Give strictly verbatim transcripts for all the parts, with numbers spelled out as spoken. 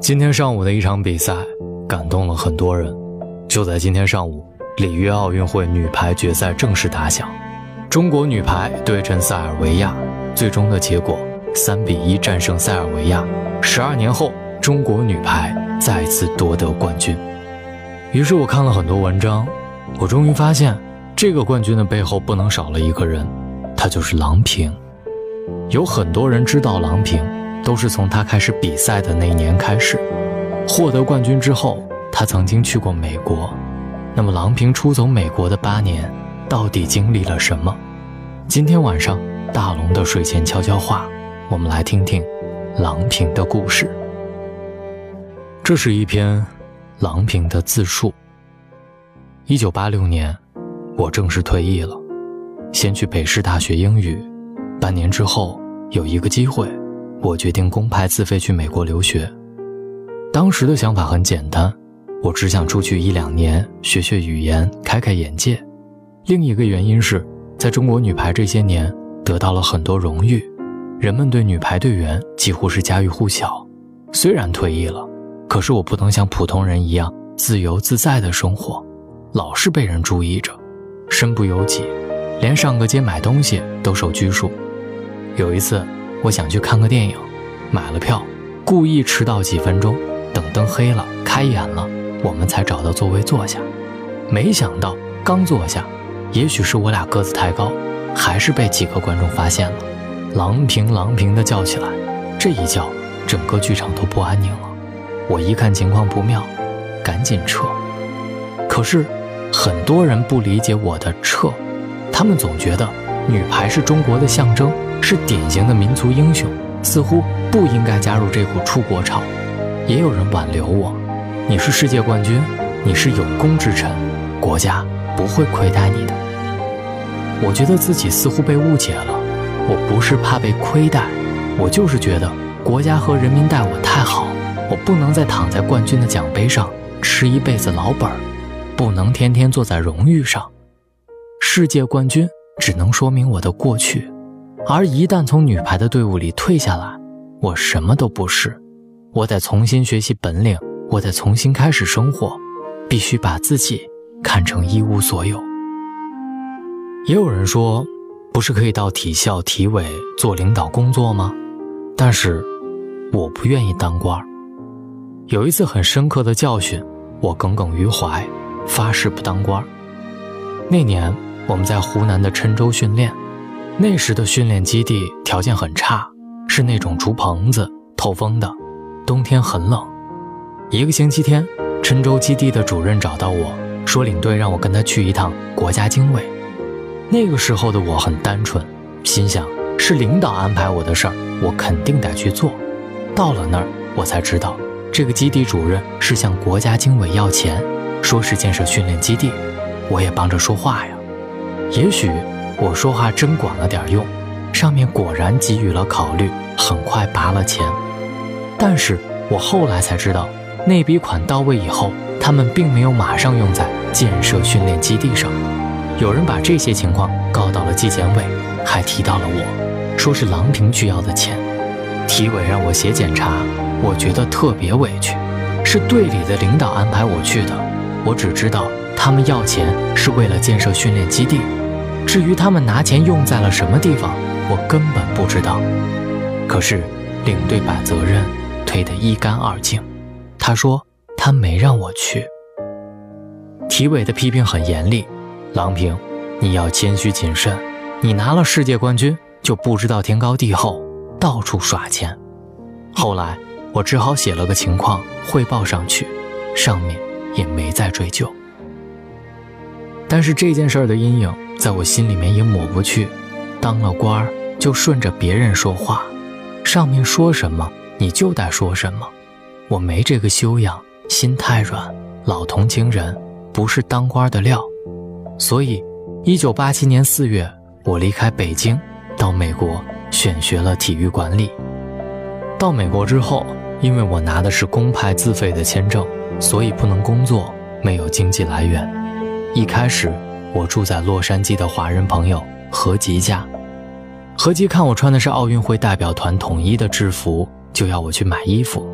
今天上午的一场比赛感动了很多人。就在今天上午，里约奥运会女排决赛正式打响，中国女排对阵塞尔维亚，最终的结果三比一战胜塞尔维亚。十二年后，中国女排再次夺得冠军。于是我看了很多文章，我终于发现这个冠军的背后不能少了一个人，他就是郎平。有很多人知道郎平，都是从他开始比赛的那年开始。获得冠军之后，他曾经去过美国。那么郎平出走美国的八年到底经历了什么？今天晚上大龙的睡前悄悄话，我们来听听郎平的故事。这是一篇郎平的自述。一九八六年，我正式退役了，先去北师大学英语。半年之后，有一个机会，我决定公派自费去美国留学。当时的想法很简单，我只想出去一两年，学学语言，开开眼界。另一个原因是，在中国女排这些年得到了很多荣誉，人们对女排队员几乎是家喻户晓。虽然退役了，可是我不能像普通人一样自由自在的生活，老是被人注意着，身不由己，连上个街买东西都受拘束。有一次我想去看个电影，买了票，故意迟到几分钟，等灯黑了，开演了，我们才找到座位坐下。没想到刚坐下，也许是我俩个子太高，还是被几个观众发现了，郎平郎平地叫起来。这一叫，整个剧场都不安宁了。我一看情况不妙，赶紧撤。可是很多人不理解我的撤，他们总觉得女排是中国的象征，是典型的民族英雄，似乎不应该加入这股出国潮。也有人挽留我，你是世界冠军，你是有功之臣，国家不会亏待你的。我觉得自己似乎被误解了，我不是怕被亏待，我就是觉得国家和人民待我太好，我不能再躺在冠军的奖杯上吃一辈子老本，不能天天坐在荣誉上。世界冠军只能说明我的过去，而一旦从女排的队伍里退下来，我什么都不是。我得重新学习本领，我得重新开始生活，必须把自己看成一无所有。也有人说，不是可以到体校体委做领导工作吗？但是我不愿意当官。有一次很深刻的教训，我耿耿于怀，发誓不当官。那年我们在湖南的郴州训练，那时的训练基地条件很差，是那种竹棚子，透风的，冬天很冷。一个星期天，郴州基地的主任找到我，说领队让我跟他去一趟国家经纬。那个时候的我很单纯，心想是领导安排我的事儿，我肯定得去做。到了那儿，我才知道这个基地主任是向国家经纬要钱，说是建设训练基地。我也帮着说话呀，也许我说话真管了点用，上面果然给予了考虑，很快拔了钱。但是我后来才知道，那笔款到位以后，他们并没有马上用在建设训练基地上。有人把这些情况告到了纪检委，还提到了我，说是郎平去要的钱。体委让我写检查，我觉得特别委屈，是队里的领导安排我去的，我只知道他们要钱是为了建设训练基地，至于他们拿钱用在了什么地方，我根本不知道。可是领队把责任推得一干二净，他说他没让我去。体委的批评很严厉，郎平，你要谦虚谨慎，你拿了世界冠军就不知道天高地厚，到处耍钱。后来我只好写了个情况汇报上去，上面也没再追究。但是这件事儿的阴影在我心里面也抹不去，当了官就顺着别人说话，上面说什么你就得说什么。我没这个修养，心太软，老同情人，不是当官的料。所以一九八七年四月，我离开北京到美国选学了体育管理。到美国之后，因为我拿的是公派自费的签证，所以不能工作，没有经济来源。一开始我住在洛杉矶的华人朋友何吉家，何吉看我穿的是奥运会代表团统一的制服，就要我去买衣服。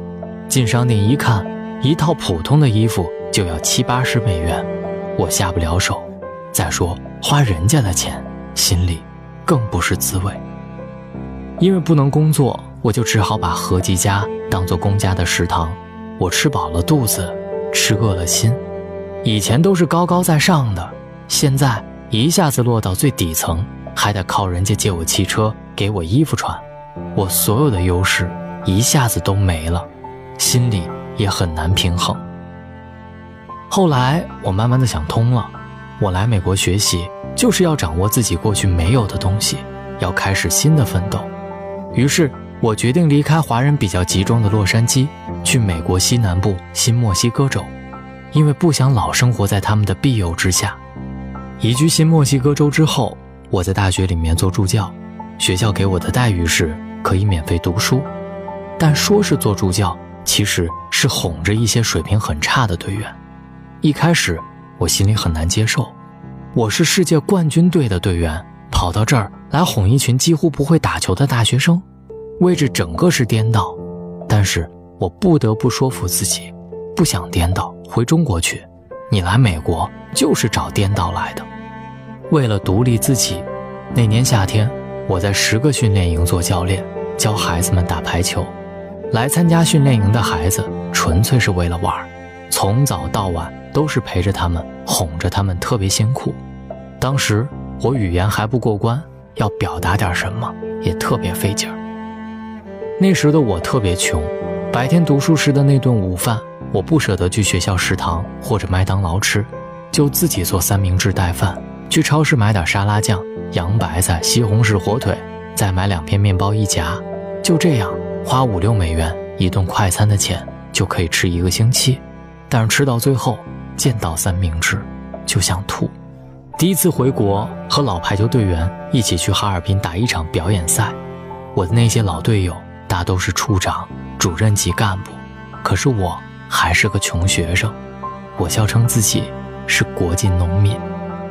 进商店一看，一套普通的衣服就要七八十美元，我下不了手。再说花人家的钱，心里更不是滋味。因为不能工作，我就只好把合集家当作公家的食堂。我吃饱了肚子，吃饿了心。以前都是高高在上的，现在一下子落到最底层，还得靠人家借我汽车，给我衣服穿。我所有的优势一下子都没了，心里也很难平衡。后来我慢慢的想通了，我来美国学习就是要掌握自己过去没有的东西，要开始新的奋斗。于是我决定离开华人比较集中的洛杉矶，去美国西南部新墨西哥州，因为不想老生活在他们的庇佑之下。移居新墨西哥州之后，我在大学里面做助教，学校给我的待遇是可以免费读书，但说是做助教，其实是哄着一些水平很差的队员。一开始我心里很难接受，我是世界冠军队的队员，跑到这儿来哄一群几乎不会打球的大学生，位置整个是颠倒。但是我不得不说服自己，不想颠倒，回中国去。你来美国就是找颠倒来的。为了独立自己，那年夏天我在十个训练营做教练，教孩子们打排球。来参加训练营的孩子纯粹是为了玩，从早到晚都是陪着他们，哄着他们，特别辛苦。当时我语言还不过关，要表达点什么也特别费劲儿。那时的我特别穷，白天读书时的那顿午饭，我不舍得去学校食堂或者麦当劳吃，就自己做三明治带饭，去超市买点沙拉酱、洋白菜、西红柿、火腿，再买两片面包一夹，就这样花五六美元一顿快餐的钱就可以吃一个星期。但是吃到最后，见到三明治就想吐。第一次回国，和老排球队员一起去哈尔滨打一场表演赛，我的那些老队友大都是处长、主任级干部，可是我还是个穷学生。我笑称自己是国际农民。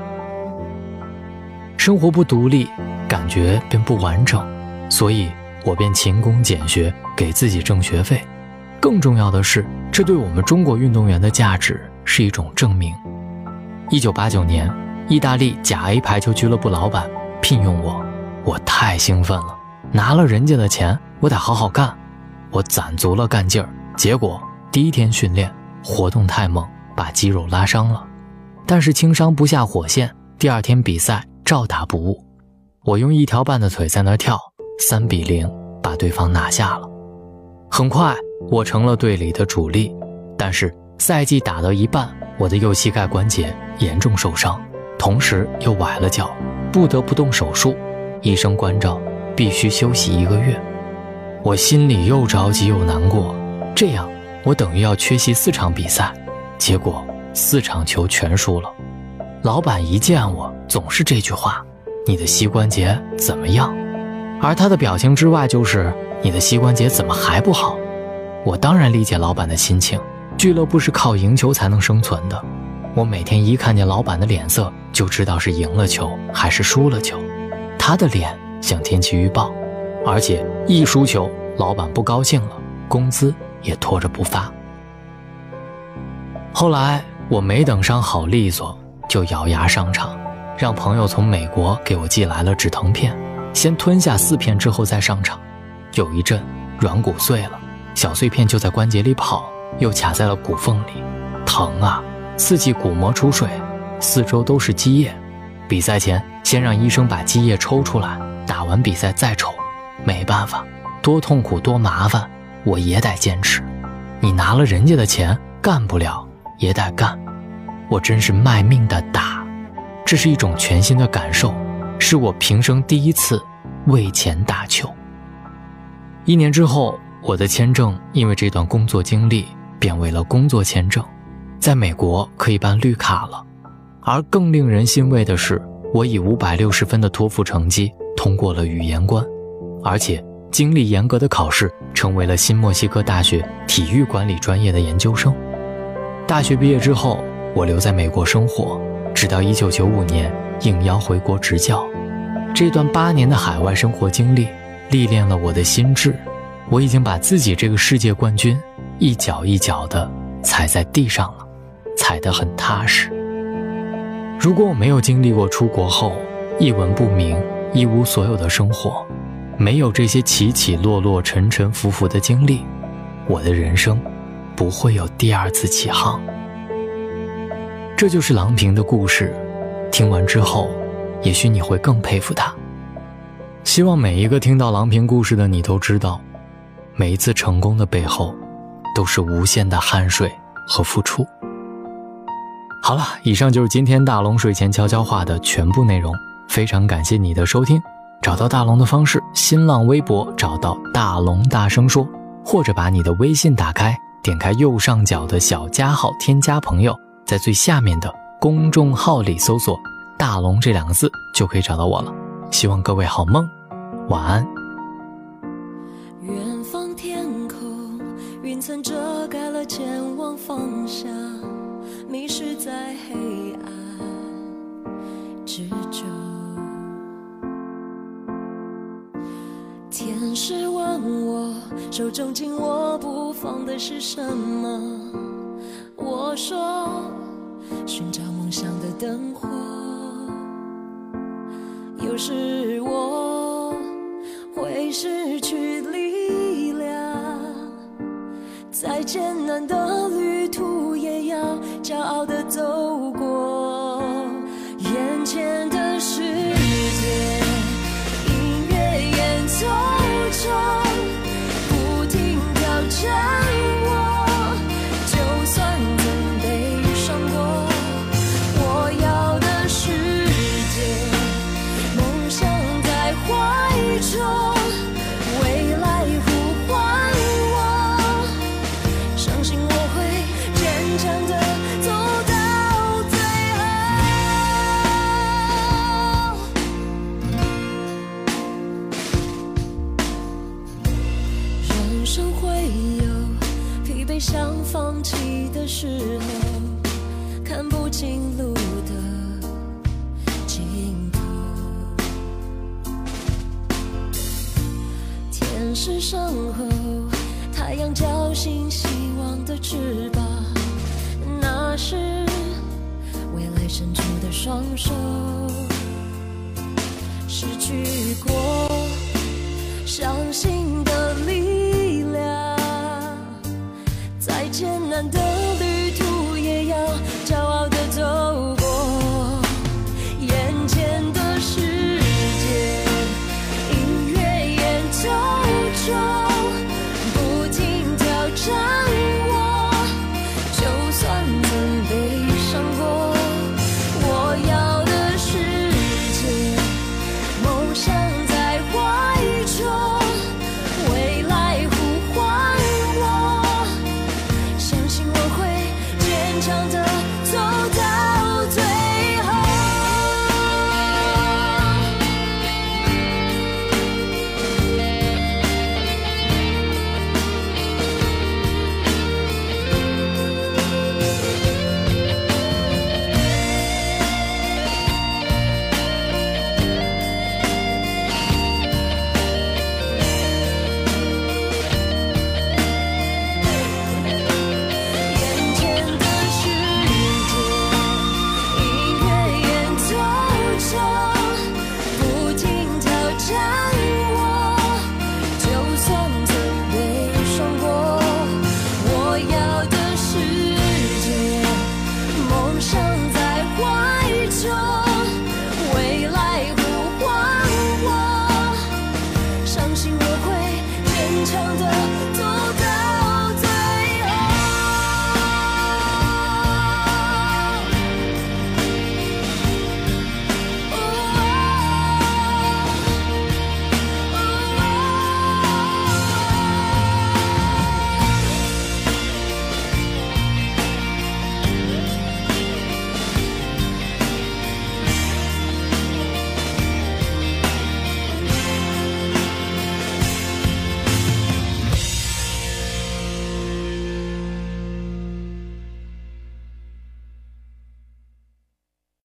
生活不独立，感觉便不完整，所以我便勤工俭学，给自己挣学费。更重要的是，这对我们中国运动员的价值是一种证明。一九八九年，意大利甲 A 排球俱乐部老板聘用我，我太兴奋了，拿了人家的钱，我得好好干。我攒足了干劲儿，结果第一天训练活动太猛，把肌肉拉伤了。但是轻伤不下火线，第二天比赛照打不误。我用一条半的腿在那跳，三比零把对方拿下了。很快我成了队里的主力，但是赛季打到一半，我的右膝盖关节严重受伤，同时又崴了脚，不得不动手术。医生关照必须休息一个月。我心里又着急又难过，这样我等于要缺席四场比赛，结果四场球全输了。老板一见我总是这句话，你的膝关节怎么样？而他的表情之外就是你的膝关节怎么还不好？我当然理解老板的心情，俱乐部是靠赢球才能生存的。我每天一看见老板的脸色，就知道是赢了球还是输了球。他的脸像天气预报，而且一输球，老板不高兴了，工资也拖着不发。后来我没等伤好利索，就咬牙上场，让朋友从美国给我寄来了止疼片，先吞下四片之后再上场。有一阵软骨碎了，小碎片就在关节里跑，又卡在了骨缝里，疼啊，刺激骨膜出水，四周都是积液。比赛前先让医生把积液抽出来，打完比赛再抽。没办法，多痛苦多麻烦，我也得坚持。你拿了人家的钱，干不了也得干。我真是卖命的打，这是一种全新的感受，是我平生第一次为钱打球。一年之后，我的签证因为这段工作经历变为了工作签证，在美国可以办绿卡了。而更令人欣慰的是，我以五百六十分的托福成绩通过了语言关，而且经历严格的考试，成为了新墨西哥大学体育管理专业的研究生。大学毕业之后，我留在美国生活，直到一九九五年应邀回国执教。这段八年的海外生活经历历练了我的心智，我已经把自己这个世界冠军一脚一脚地踩在地上了，踩得很踏实。如果我没有经历过出国后一文不名一无所有的生活，没有这些起起落落沉沉浮浮的经历，我的人生不会有第二次起航。这就是郎平的故事，听完之后也许你会更佩服他。希望每一个听到郎平故事的你都知道，每一次成功的背后都是无限的汗水和付出。好了，以上就是今天大龙睡前悄悄话的全部内容，非常感谢你的收听。找到大龙的方式，新浪微博找到大龙大声说，或者把你的微信打开，点开右上角的小加号添加朋友，在最下面的公众号里搜索大龙这两个字就可以找到我了。希望各位好梦，晚安。 远方天空，云层遮盖了前往方向，迷失在黑暗之中。天使问我，手中紧握不放的是什么？我说，寻找梦想的灯火。有时我会失去力量，再艰难的旅途也要骄傲地走过。眼前的世界，音乐演奏中不停挑战我，就算曾被伤过，我要的世界，梦想在怀中，未来呼唤我，相信我会坚强地走到最后。人生会有疲惫想放弃的时候，看不清路的尽头。天使身后，太阳叫醒希望的翅膀，那是未来伸出的双手。失去过相信的力量，再艰难的旅途也要骄傲地走过。眼前的世界，音乐演奏中不停挑战我，就算曾被伤过，我要的世界，梦想在怀中，未来呼唤我，相信我会坚强地走到最后。眼前的世界，音乐演奏中不停挑战我，就算曾被伤过，我要的世界，梦想在怀中，未来呼唤我，相信我会坚强地